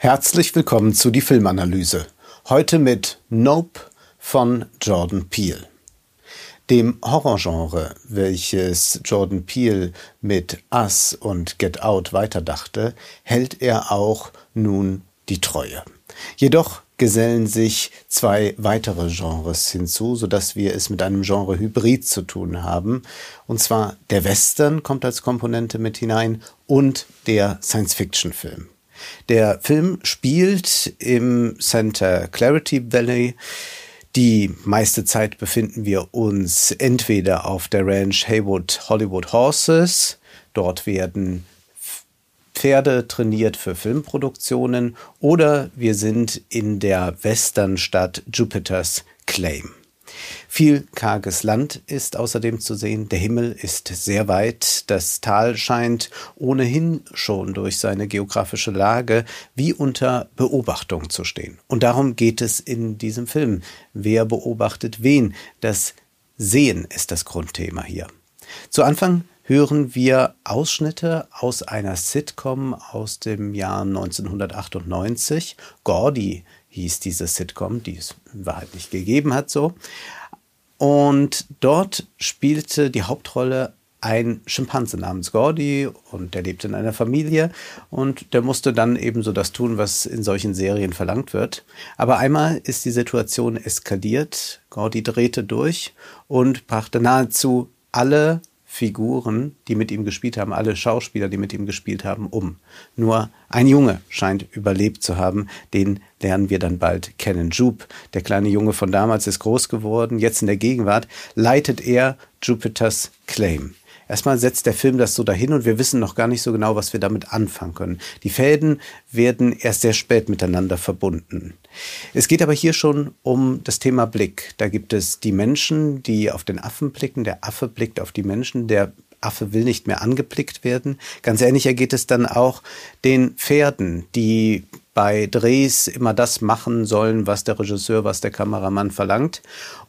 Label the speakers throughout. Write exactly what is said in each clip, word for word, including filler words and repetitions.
Speaker 1: Herzlich willkommen zu die Filmanalyse. Heute mit Nope von Jordan Peele. Dem Horrorgenre, welches Jordan Peele mit Us und Get Out weiterdachte, hält er auch nun die Treue. Jedoch gesellen sich zwei weitere Genres hinzu, sodass wir es mit einem Genre-Hybrid zu tun haben. Und zwar der Western kommt als Komponente mit hinein und der Science-Fiction-Film. Der Film spielt im Santa Clarita Valley. Die meiste Zeit befinden wir uns entweder auf der Ranch Haywood Hollywood Horses. Dort werden Pferde trainiert für Filmproduktionen. Oder wir sind in der Westernstadt Jupiter's Claim. Viel karges Land ist außerdem zu sehen. Der Himmel ist sehr weit. Das Tal scheint ohnehin schon durch seine geografische Lage wie unter Beobachtung zu stehen. Und darum geht es in diesem Film. Wer beobachtet wen? Das Sehen ist das Grundthema hier. Zu Anfang hören wir Ausschnitte aus einer Sitcom aus dem Jahr neunzehnhundertachtundneunzig. Gordy hieß diese Sitcom, die es in Wahrheit nicht gegeben hat so. Und dort spielte die Hauptrolle ein Schimpanse namens Gordy und der lebte in einer Familie und der musste dann ebenso das tun, was in solchen Serien verlangt wird. Aber einmal ist die Situation eskaliert, Gordy drehte durch und brachte nahezu alle Figuren, die mit ihm gespielt haben, alle Schauspieler, die mit ihm gespielt haben, um. Nur ein Junge scheint überlebt zu haben, den lernen wir dann bald kennen. Jupe, der kleine Junge von damals, ist groß geworden, jetzt in der Gegenwart leitet er Jupiter's Claim. Erstmal setzt der Film das so dahin und wir wissen noch gar nicht so genau, was wir damit anfangen können. Die Fäden werden erst sehr spät miteinander verbunden. Es geht aber hier schon um das Thema Blick. Da gibt es die Menschen, die auf den Affen blicken. Der Affe blickt auf die Menschen. Der Affe will nicht mehr angeblickt werden. Ganz ähnlich ergeht es dann auch den Pferden, die bei Drehs immer das machen sollen, was der Regisseur, was der Kameramann verlangt.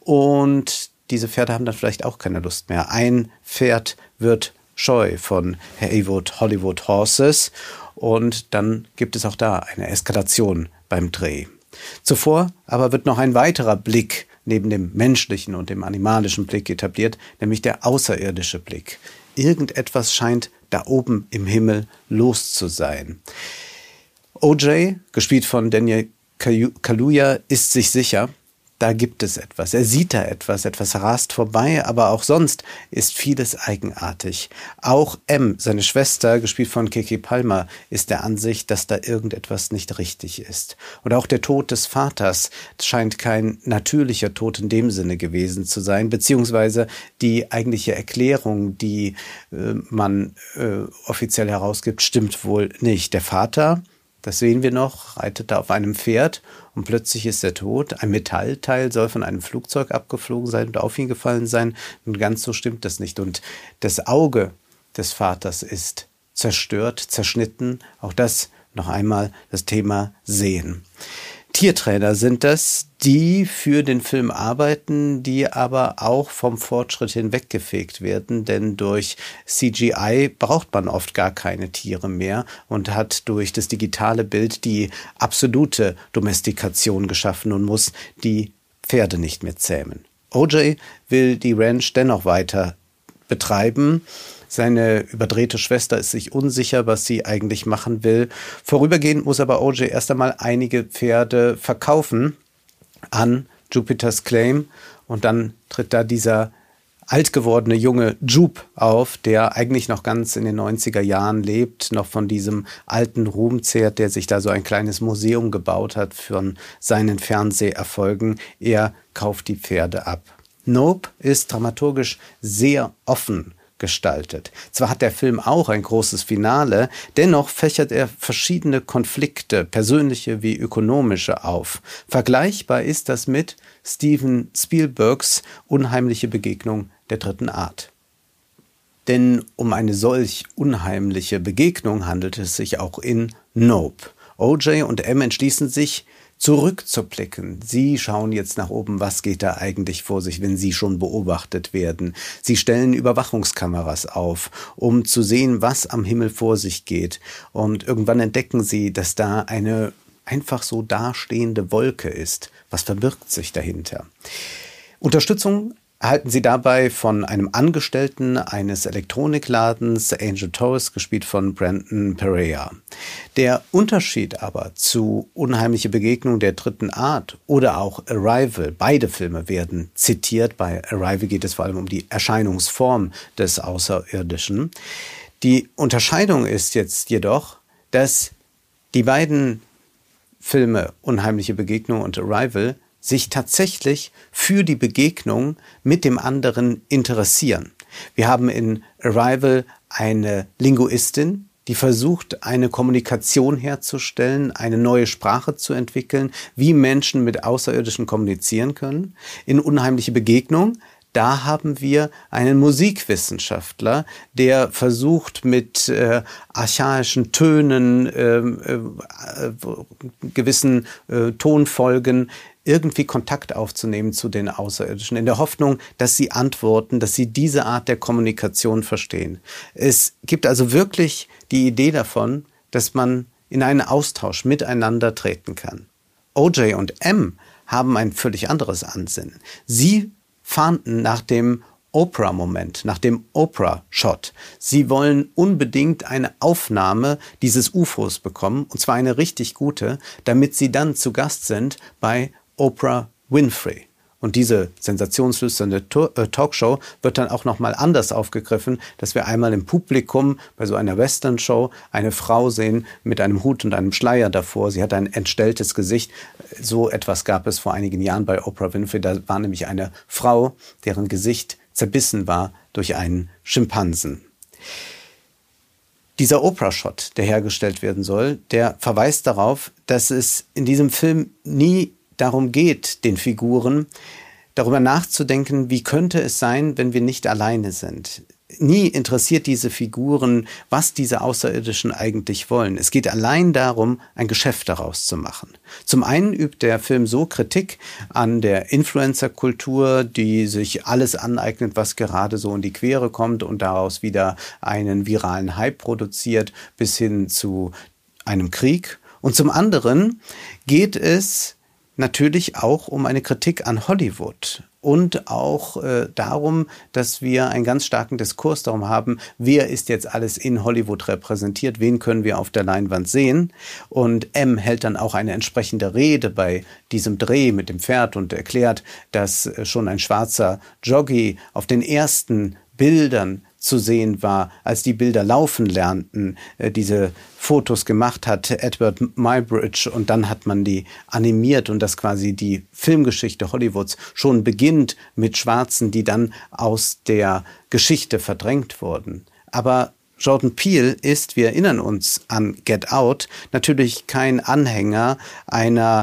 Speaker 1: Und diese Pferde haben dann vielleicht auch keine Lust mehr. Ein Pferd wird scheu von Haywood Hollywood Horses und dann gibt es auch da eine Eskalation beim Dreh. Zuvor aber wird noch ein weiterer Blick neben dem menschlichen und dem animalischen Blick etabliert, nämlich der außerirdische Blick. Irgendetwas scheint da oben im Himmel los zu sein. O J, gespielt von Daniel Kaluuya, ist sich sicher, da gibt es etwas. Er sieht da etwas, etwas rast vorbei, aber auch sonst ist vieles eigenartig. Auch M, seine Schwester, gespielt von Keke Palmer, ist der Ansicht, dass da irgendetwas nicht richtig ist. Und auch der Tod des Vaters scheint kein natürlicher Tod in dem Sinne gewesen zu sein, beziehungsweise die eigentliche Erklärung, die äh, man äh, offiziell herausgibt, stimmt wohl nicht. Der Vater, das sehen wir noch, reitet da auf einem Pferd und plötzlich ist er tot. Ein Metallteil soll von einem Flugzeug abgeflogen sein und auf ihn gefallen sein. Und ganz so stimmt das nicht. Und das Auge des Vaters ist zerstört, zerschnitten. Auch das noch einmal das Thema Sehen. Tiertrainer sind das, die für den Film arbeiten, die aber auch vom Fortschritt hinweggefegt werden, denn durch C G I braucht man oft gar keine Tiere mehr und hat durch das digitale Bild die absolute Domestikation geschaffen und muss die Pferde nicht mehr zähmen. O J will die Ranch dennoch weiter betreiben. Seine überdrehte Schwester ist sich unsicher, was sie eigentlich machen will. Vorübergehend muss aber O J erst einmal einige Pferde verkaufen an Jupiter's Claim. Und dann tritt da dieser alt gewordene junge Jupe auf, der eigentlich noch ganz in den neunziger Jahren lebt, noch von diesem alten Ruhm zehrt, der sich da so ein kleines Museum gebaut hat von seinen Fernseherfolgen. Er kauft die Pferde ab. Nope ist dramaturgisch sehr offen gestaltet. Zwar hat der Film auch ein großes Finale, dennoch fächert er verschiedene Konflikte, persönliche wie ökonomische, auf. Vergleichbar ist das mit Steven Spielbergs Unheimliche Begegnung der dritten Art. Denn um eine solch unheimliche Begegnung handelt es sich auch in Nope. O J und M entschließen sich, zurückzublicken. Sie schauen jetzt nach oben, was geht da eigentlich vor sich, wenn sie schon beobachtet werden. Sie stellen Überwachungskameras auf, um zu sehen, was am Himmel vor sich geht. Und irgendwann entdecken sie, dass da eine einfach so dastehende Wolke ist. Was verbirgt sich dahinter? Unterstützung erhalten sie dabei von einem Angestellten eines Elektronikladens, Angel Torres, gespielt von Brandon Perea. Der Unterschied aber zu Unheimliche Begegnung der dritten Art oder auch Arrival, beide Filme werden zitiert. Bei Arrival geht es vor allem um die Erscheinungsform des Außerirdischen. Die Unterscheidung ist jetzt jedoch, dass die beiden Filme Unheimliche Begegnung und Arrival sich tatsächlich für die Begegnung mit dem anderen interessieren. Wir haben in Arrival eine Linguistin, die versucht, eine Kommunikation herzustellen, eine neue Sprache zu entwickeln, wie Menschen mit Außerirdischen kommunizieren können. In Unheimliche Begegnung, da haben wir einen Musikwissenschaftler, der versucht, mit äh, archaischen Tönen, äh, äh, gewissen äh, Tonfolgen irgendwie Kontakt aufzunehmen zu den Außerirdischen, in der Hoffnung, dass sie antworten, dass sie diese Art der Kommunikation verstehen. Es gibt also wirklich die Idee davon, dass man in einen Austausch miteinander treten kann. O J und M haben ein völlig anderes Ansinnen. Sie fahnden nach dem Oprah-Moment, nach dem Oprah-Shot. Sie wollen unbedingt eine Aufnahme dieses U F Os bekommen, und zwar eine richtig gute, damit sie dann zu Gast sind bei Oprah Winfrey. Und diese sensationslüsternde Talkshow wird dann auch nochmal anders aufgegriffen, dass wir einmal im Publikum bei so einer Western-Show eine Frau sehen mit einem Hut und einem Schleier davor. Sie hat ein entstelltes Gesicht. So etwas gab es vor einigen Jahren bei Oprah Winfrey. Da war nämlich eine Frau, deren Gesicht zerbissen war durch einen Schimpansen. Dieser Oprah-Shot, der hergestellt werden soll, der verweist darauf, dass es in diesem Film nie darum geht, den Figuren darüber nachzudenken, wie könnte es sein, wenn wir nicht alleine sind. Nie interessiert diese Figuren, was diese Außerirdischen eigentlich wollen. Es geht allein darum, ein Geschäft daraus zu machen. Zum einen übt der Film so Kritik an der Influencer-Kultur, die sich alles aneignet, was gerade so in die Quere kommt und daraus wieder einen viralen Hype produziert, bis hin zu einem Krieg. Und zum anderen geht es natürlich auch um eine Kritik an Hollywood und auch äh, darum, dass wir einen ganz starken Diskurs darum haben, wer ist jetzt alles in Hollywood repräsentiert, wen können wir auf der Leinwand sehen. Und M hält dann auch eine entsprechende Rede bei diesem Dreh mit dem Pferd und erklärt, dass äh, schon ein schwarzer Jockey auf den ersten Bildern zu sehen war, als die Bilder laufen lernten, äh, diese Fotos gemacht hat Edward Muybridge, und dann hat man die animiert und dass quasi die Filmgeschichte Hollywoods schon beginnt mit Schwarzen, die dann aus der Geschichte verdrängt wurden. Aber Jordan Peele ist, wir erinnern uns an Get Out, natürlich kein Anhänger einer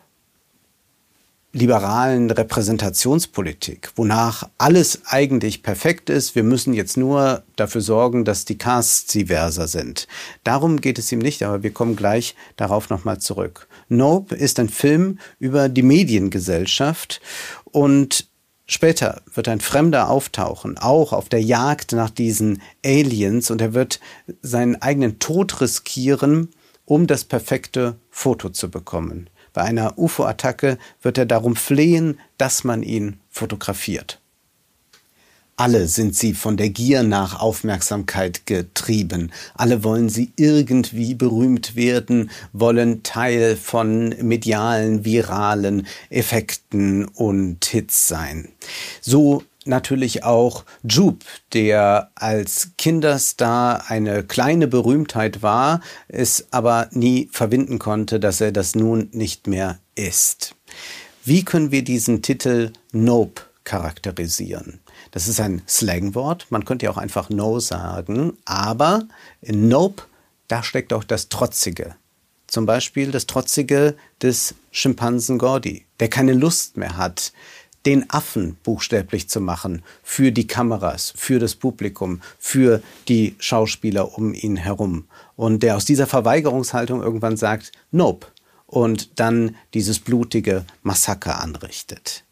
Speaker 1: liberalen Repräsentationspolitik, wonach alles eigentlich perfekt ist. Wir müssen jetzt nur dafür sorgen, dass die Casts diverser sind. Darum geht es ihm nicht, aber wir kommen gleich darauf nochmal zurück. Nope ist ein Film über die Mediengesellschaft, und später wird ein Fremder auftauchen, auch auf der Jagd nach diesen Aliens, und er wird seinen eigenen Tod riskieren, um das perfekte Foto zu bekommen. Bei einer U F O-Attacke wird er darum flehen, dass man ihn fotografiert. Alle sind sie von der Gier nach Aufmerksamkeit getrieben. Alle wollen sie irgendwie berühmt werden, wollen Teil von medialen, viralen Effekten und Hits sein. So natürlich auch Jupe, der als Kinderstar eine kleine Berühmtheit war, es aber nie verwinden konnte, dass er das nun nicht mehr ist. Wie können wir diesen Titel Nope charakterisieren? Das ist ein Slangwort, man könnte ja auch einfach No sagen, aber in Nope, da steckt auch das Trotzige. Zum Beispiel das Trotzige des Schimpansen Gordy, der keine Lust mehr hat, den Affen buchstäblich zu machen für die Kameras, für das Publikum, für die Schauspieler um ihn herum. Und der aus dieser Verweigerungshaltung irgendwann sagt, Nope, und dann dieses blutige Massaker anrichtet.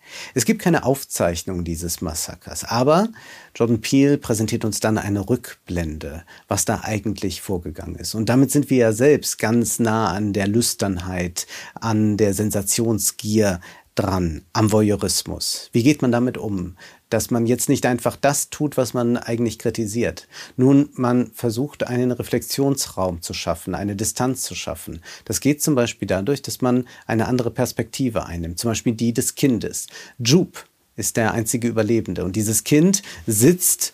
Speaker 1: Es gibt keine Aufzeichnung dieses Massakers, aber Jordan Peele präsentiert uns dann eine Rückblende, was da eigentlich vorgegangen ist. Und damit sind wir ja selbst ganz nah an der Lüsternheit, an der Sensationsgier dran, am Voyeurismus. Wie geht man damit um? Dass man jetzt nicht einfach das tut, was man eigentlich kritisiert. Nun, man versucht, einen Reflexionsraum zu schaffen, eine Distanz zu schaffen. Das geht zum Beispiel dadurch, dass man eine andere Perspektive einnimmt, zum Beispiel die des Kindes. Jupe ist der einzige Überlebende und dieses Kind sitzt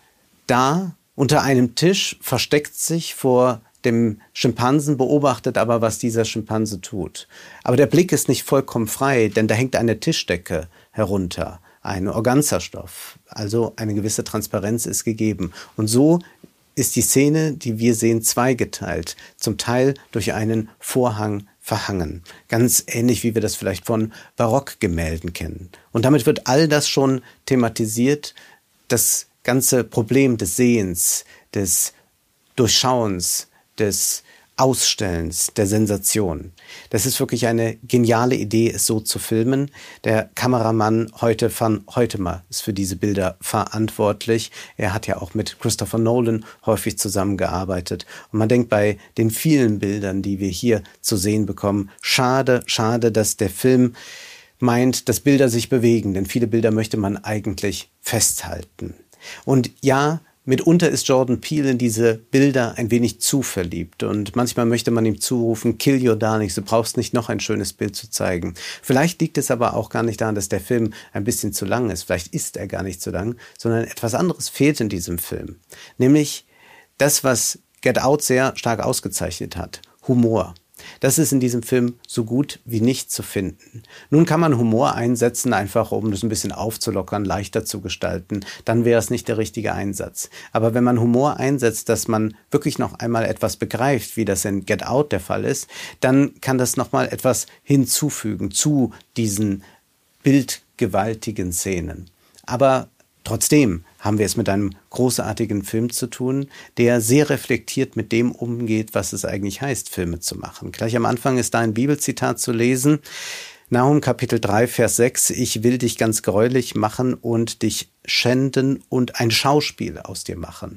Speaker 1: da unter einem Tisch, versteckt sich vor dem Schimpansen, beobachtet aber, was dieser Schimpanse tut. Aber der Blick ist nicht vollkommen frei, denn da hängt eine Tischdecke herunter. Ein Organzerstoff, also eine gewisse Transparenz ist gegeben. Und so ist die Szene, die wir sehen, zweigeteilt, zum Teil durch einen Vorhang verhangen. Ganz ähnlich, wie wir das vielleicht von Barockgemälden kennen. Und damit wird all das schon thematisiert, das ganze Problem des Sehens, des Durchschauens, des Ausstellens, der Sensation. Das ist wirklich eine geniale Idee, es so zu filmen. Der Kameramann heute van Hoytema ist für diese Bilder verantwortlich. Er hat ja auch mit Christopher Nolan häufig zusammengearbeitet. Und man denkt bei den vielen Bildern, die wir hier zu sehen bekommen, schade, schade, dass der Film meint, dass Bilder sich bewegen, denn viele Bilder möchte man eigentlich festhalten. Und ja, mitunter ist Jordan Peele in diese Bilder ein wenig zu verliebt und manchmal möchte man ihm zurufen, kill your darlings, du brauchst nicht noch ein schönes Bild zu zeigen. Vielleicht liegt es aber auch gar nicht daran, dass der Film ein bisschen zu lang ist, vielleicht ist er gar nicht zu lang, sondern etwas anderes fehlt in diesem Film. Nämlich das, was Get Out sehr stark ausgezeichnet hat, Humor. Das ist in diesem Film so gut wie nicht zu finden. Nun kann man Humor einsetzen, einfach um das ein bisschen aufzulockern, leichter zu gestalten. Dann wäre es nicht der richtige Einsatz. Aber wenn man Humor einsetzt, dass man wirklich noch einmal etwas begreift, wie das in Get Out der Fall ist, dann kann das nochmal etwas hinzufügen zu diesen bildgewaltigen Szenen. Aber trotzdem haben wir es mit einem großartigen Film zu tun, der sehr reflektiert mit dem umgeht, was es eigentlich heißt, Filme zu machen. Gleich am Anfang ist da ein Bibelzitat zu lesen. Nahum Kapitel drei, Vers sechs. Ich will dich ganz greulich machen und dich schänden und ein Schauspiel aus dir machen.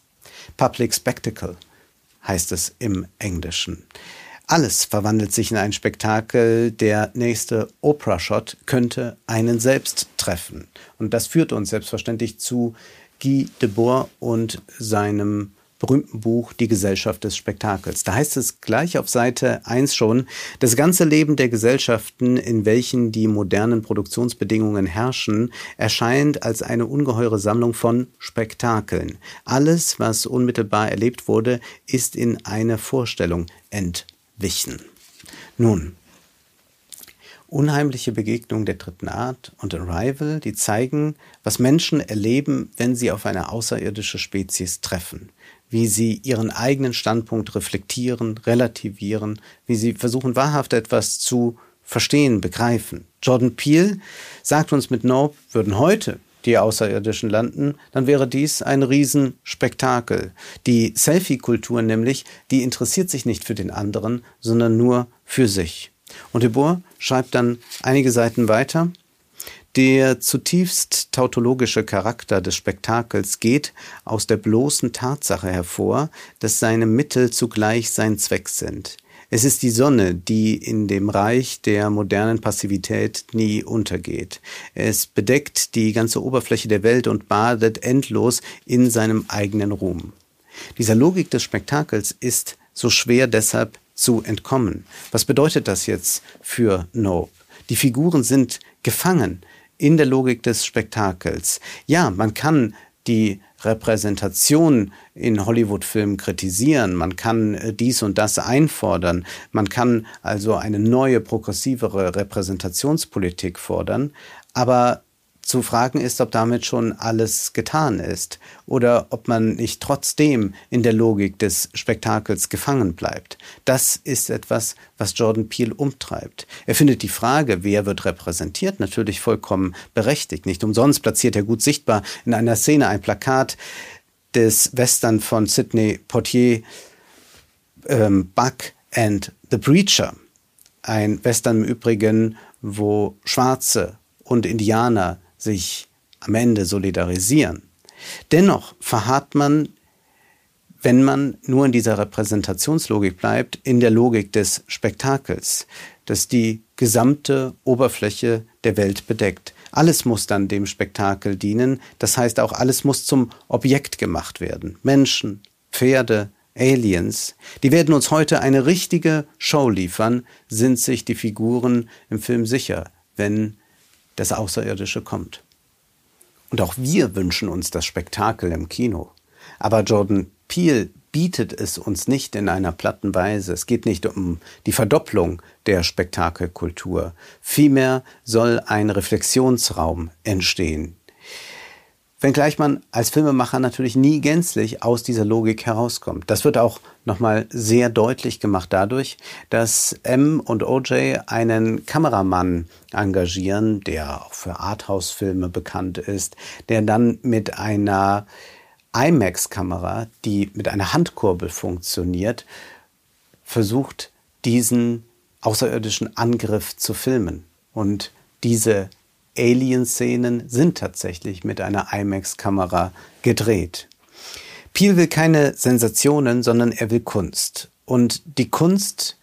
Speaker 1: Public Spectacle heißt es im Englischen. Alles verwandelt sich in ein Spektakel. Der nächste Oprah-Shot könnte einen selbst treffen. Und das führt uns selbstverständlich zu Guy Debord und seinem berühmten Buch Die Gesellschaft des Spektakels. Da heißt es gleich auf Seite eins schon, das ganze Leben der Gesellschaften, in welchen die modernen Produktionsbedingungen herrschen, erscheint als eine ungeheure Sammlung von Spektakeln. Alles, was unmittelbar erlebt wurde, ist in eine Vorstellung entwickelt. Wichen. Nun, unheimliche Begegnungen der dritten Art und Arrival, die zeigen, was Menschen erleben, wenn sie auf eine außerirdische Spezies treffen. Wie sie ihren eigenen Standpunkt reflektieren, relativieren, wie sie versuchen, wahrhaft etwas zu verstehen, begreifen. Jordan Peele sagt uns mit Nope, würden heute die Außerirdischen landen, dann wäre dies ein Riesenspektakel. Die Selfie-Kultur nämlich, die interessiert sich nicht für den anderen, sondern nur für sich. Und Debord schreibt dann einige Seiten weiter, der zutiefst tautologische Charakter des Spektakels geht aus der bloßen Tatsache hervor, dass seine Mittel zugleich sein Zweck sind. Es ist die Sonne, die in dem Reich der modernen Passivität nie untergeht. Es bedeckt die ganze Oberfläche der Welt und badet endlos in seinem eigenen Ruhm. Dieser Logik des Spektakels ist so schwer deshalb zu entkommen. Was bedeutet das jetzt für Nope? Die Figuren sind gefangen in der Logik des Spektakels. Ja, man kann die Repräsentation in Hollywood-Filmen kritisieren, man kann dies und das einfordern, man kann also eine neue, progressivere Repräsentationspolitik fordern, aber zu fragen ist, ob damit schon alles getan ist oder ob man nicht trotzdem in der Logik des Spektakels gefangen bleibt. Das ist etwas, was Jordan Peele umtreibt. Er findet die Frage, wer wird repräsentiert, natürlich vollkommen berechtigt. Nicht umsonst platziert er gut sichtbar in einer Szene ein Plakat des Western von Sidney Poitier, ähm, Buck and the Preacher. Ein Western im Übrigen, wo Schwarze und Indianer sich am Ende solidarisieren. Dennoch verharrt man, wenn man nur in dieser Repräsentationslogik bleibt, in der Logik des Spektakels, das die gesamte Oberfläche der Welt bedeckt. Alles muss dann dem Spektakel dienen, das heißt auch, alles muss zum Objekt gemacht werden. Menschen, Pferde, Aliens, die werden uns heute eine richtige Show liefern, sind sich die Figuren im Film sicher, wenn das Außerirdische kommt. Und auch wir wünschen uns das Spektakel im Kino. Aber Jordan Peele bietet es uns nicht in einer platten Weise. Es geht nicht um die Verdopplung der Spektakelkultur. Vielmehr soll ein Reflexionsraum entstehen. Wenngleich man als Filmemacher natürlich nie gänzlich aus dieser Logik herauskommt. Das wird auch nochmal sehr deutlich gemacht dadurch, dass M und O J einen Kameramann engagieren, der auch für Arthouse-Filme bekannt ist, der dann mit einer IMAX-Kamera, die mit einer Handkurbel funktioniert, versucht, diesen außerirdischen Angriff zu filmen. Und diese Alien-Szenen sind tatsächlich mit einer IMAX-Kamera gedreht. Peele will keine Sensationen, sondern er will Kunst. Und die Kunst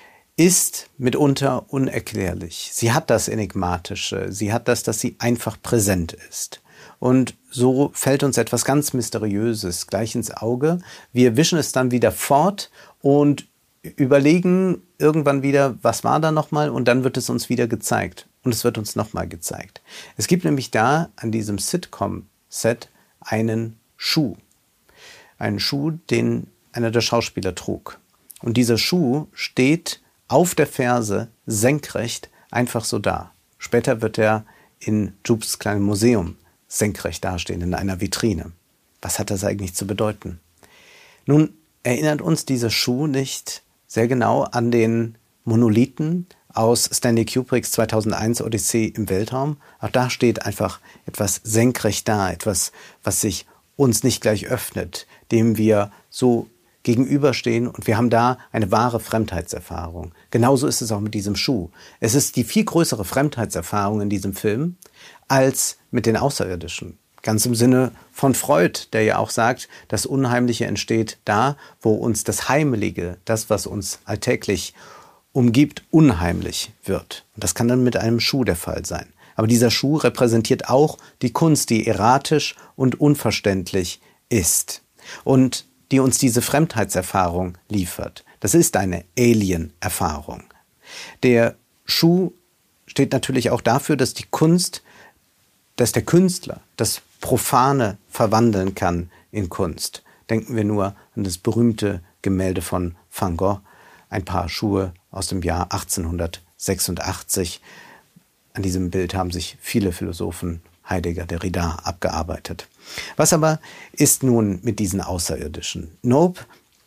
Speaker 1: ist mitunter unerklärlich. Sie hat das Enigmatische, sie hat das, dass sie einfach präsent ist. Und so fällt uns etwas ganz Mysteriöses gleich ins Auge. Wir wischen es dann wieder fort und überlegen irgendwann wieder, was war da nochmal? Und dann wird es uns wieder gezeigt. Und es wird uns nochmal gezeigt. Es gibt nämlich da an diesem Sitcom-Set einen Schuh. Einen Schuh, den einer der Schauspieler trug. Und dieser Schuh steht auf der Ferse senkrecht einfach so da. Später wird er in Jupes kleinem Museum senkrecht dastehen, in einer Vitrine. Was hat das eigentlich zu bedeuten? Nun erinnert uns dieser Schuh nicht sehr genau an den Monolithen aus Stanley Kubricks zweitausendeins Odyssee im Weltraum. Auch da steht einfach etwas senkrecht da, etwas, was sich uns nicht gleich öffnet, dem wir so gegenüberstehen, und wir haben da eine wahre Fremdheitserfahrung. Genauso ist es auch mit diesem Schuh. Es ist die viel größere Fremdheitserfahrung in diesem Film als mit den Außerirdischen. Ganz im Sinne von Freud, der ja auch sagt, das Unheimliche entsteht da, wo uns das Heimelige, das, was uns alltäglich umgibt, unheimlich wird. Und das kann dann mit einem Schuh der Fall sein. Aber dieser Schuh repräsentiert auch die Kunst, die erratisch und unverständlich ist und die uns diese Fremdheitserfahrung liefert. Das ist eine Alien-Erfahrung. Der Schuh steht natürlich auch dafür, dass die Kunst, dass der Künstler das Profane verwandeln kann in Kunst. Denken wir nur an das berühmte Gemälde von Van Gogh, ein Paar Schuhe aus dem Jahr achtzehnhundertsechsundachtzig. An diesem Bild haben sich viele Philosophen, Heidegger, Derrida, abgearbeitet. Was aber ist nun mit diesen Außerirdischen? Nope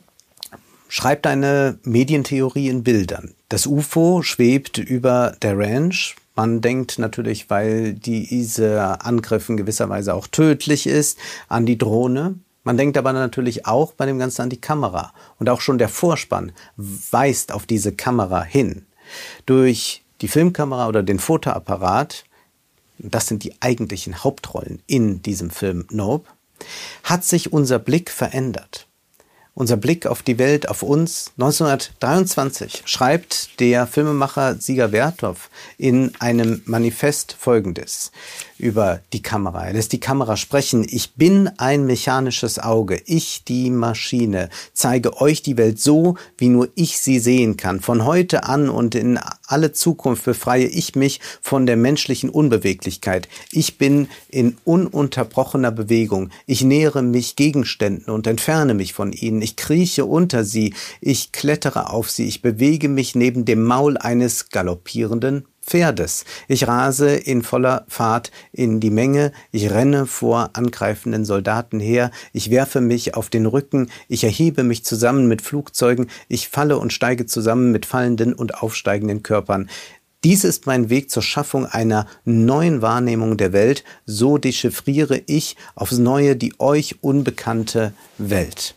Speaker 1: schreibt eine Medientheorie in Bildern. Das U F O schwebt über der Ranch. Man denkt natürlich, weil dieser Angriff in gewisser Weise auch tödlich ist, an die Drohne. Man denkt aber natürlich auch bei dem Ganzen an die Kamera. Und auch schon der Vorspann weist auf diese Kamera hin. Durch die Filmkamera oder den Fotoapparat, das sind die eigentlichen Hauptrollen in diesem Film Nope, hat sich unser Blick verändert. Unser Blick auf die Welt, auf uns. neunzehnhundertdreiundzwanzig schreibt der Filmemacher Dziga Vertov in einem Manifest Folgendes über die Kamera. Er lässt die Kamera sprechen. Ich bin ein mechanisches Auge. Ich, die Maschine, zeige euch die Welt so, wie nur ich sie sehen kann. Von heute an und in alle Zukunft befreie ich mich von der menschlichen Unbeweglichkeit. Ich bin in ununterbrochener Bewegung. Ich nähere mich Gegenständen und entferne mich von ihnen. Ich krieche unter sie. Ich klettere auf sie. Ich bewege mich neben dem Maul eines galoppierenden Pferdes. Ich rase in voller Fahrt in die Menge, ich renne vor angreifenden Soldaten her, ich werfe mich auf den Rücken, ich erhebe mich zusammen mit Flugzeugen, ich falle und steige zusammen mit fallenden und aufsteigenden Körpern. Dies ist mein Weg zur Schaffung einer neuen Wahrnehmung der Welt, so dechiffriere ich aufs Neue die euch unbekannte Welt.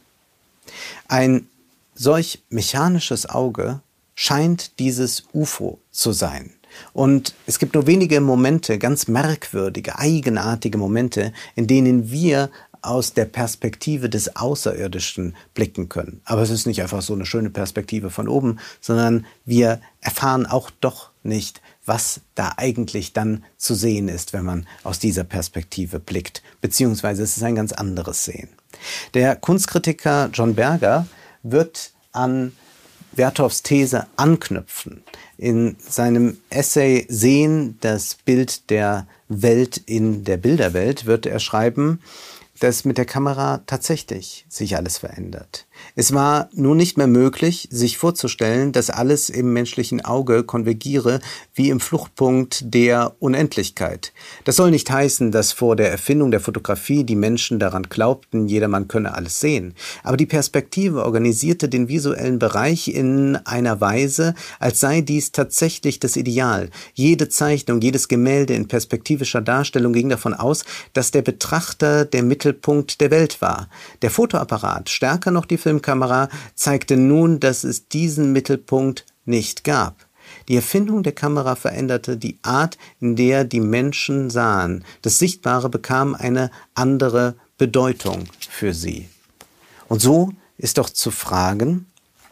Speaker 1: Ein solch mechanisches Auge scheint dieses U F O zu sein. Und es gibt nur wenige Momente, ganz merkwürdige, eigenartige Momente, in denen wir aus der Perspektive des Außerirdischen blicken können. Aber es ist nicht einfach so eine schöne Perspektive von oben, sondern wir erfahren auch doch nicht, was da eigentlich dann zu sehen ist, wenn man aus dieser Perspektive blickt. Beziehungsweise es ist ein ganz anderes Sehen. Der Kunstkritiker John Berger wird an Verthovs These anknüpfen. In seinem Essay Sehen, das Bild der Welt in der Bilderwelt, wird er schreiben, dass mit der Kamera tatsächlich sich alles verändert. Es war nun nicht mehr möglich, sich vorzustellen, dass alles im menschlichen Auge konvergiere wie im Fluchtpunkt der Unendlichkeit. Das soll nicht heißen, dass vor der Erfindung der Fotografie die Menschen daran glaubten, jedermann könne alles sehen. Aber die Perspektive organisierte den visuellen Bereich in einer Weise, als sei dies tatsächlich das Ideal. Jede Zeichnung, jedes Gemälde in perspektivischer Darstellung ging davon aus, dass der Betrachter der Mittelpunkt der Welt war. Der Fotoapparat, stärker noch die Filmkamera, zeigte nun, dass es diesen Mittelpunkt nicht gab. Die Erfindung der Kamera veränderte die Art, in der die Menschen sahen. Das Sichtbare bekam eine andere Bedeutung für sie. Und so ist doch zu fragen,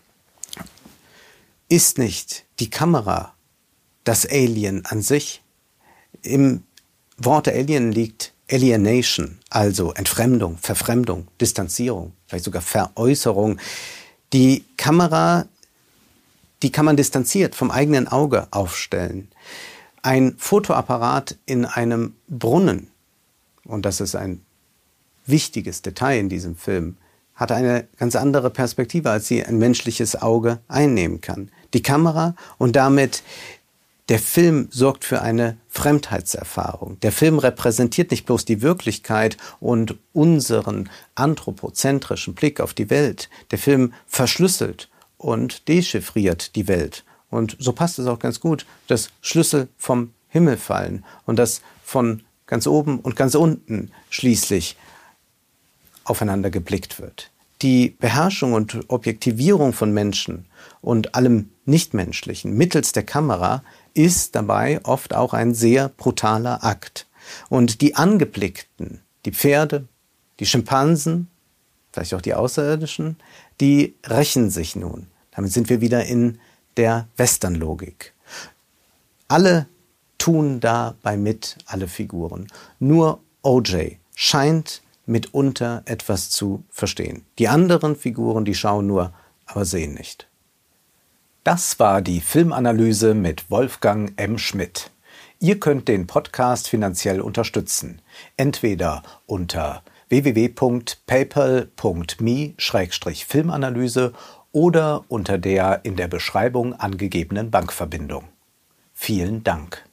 Speaker 1: ist nicht die Kamera das Alien an sich? Im Wort Alien liegt Alienation, also Entfremdung, Verfremdung, Distanzierung, vielleicht sogar Veräußerung. Die Kamera, die kann man distanziert vom eigenen Auge aufstellen. Ein Fotoapparat in einem Brunnen, und das ist ein wichtiges Detail in diesem Film, hat eine ganz andere Perspektive, als sie ein menschliches Auge einnehmen kann. Die Kamera und damit der Film sorgt für eine Fremdheitserfahrung. Der Film repräsentiert nicht bloß die Wirklichkeit und unseren anthropozentrischen Blick auf die Welt. Der Film verschlüsselt und dechiffriert die Welt. Und so passt es auch ganz gut, dass Schlüssel vom Himmel fallen und dass von ganz oben und ganz unten schließlich aufeinander geblickt wird. Die Beherrschung und Objektivierung von Menschen und allem Nichtmenschlichen mittels der Kamera ist dabei oft auch ein sehr brutaler Akt. Und die Angeblickten, die Pferde, die Schimpansen, vielleicht auch die Außerirdischen, die rächen sich nun. Damit sind wir wieder in der Western-Logik. Alle tun dabei mit, alle Figuren. Nur O J scheint mitunter etwas zu verstehen. Die anderen Figuren, die schauen nur, aber sehen nicht. Das war die Filmanalyse mit Wolfgang M. Schmidt. Ihr könnt den Podcast finanziell unterstützen. Entweder unter w w w punkt paypal punkt me slash filmanalyse oder unter der in der Beschreibung angegebenen Bankverbindung. Vielen Dank.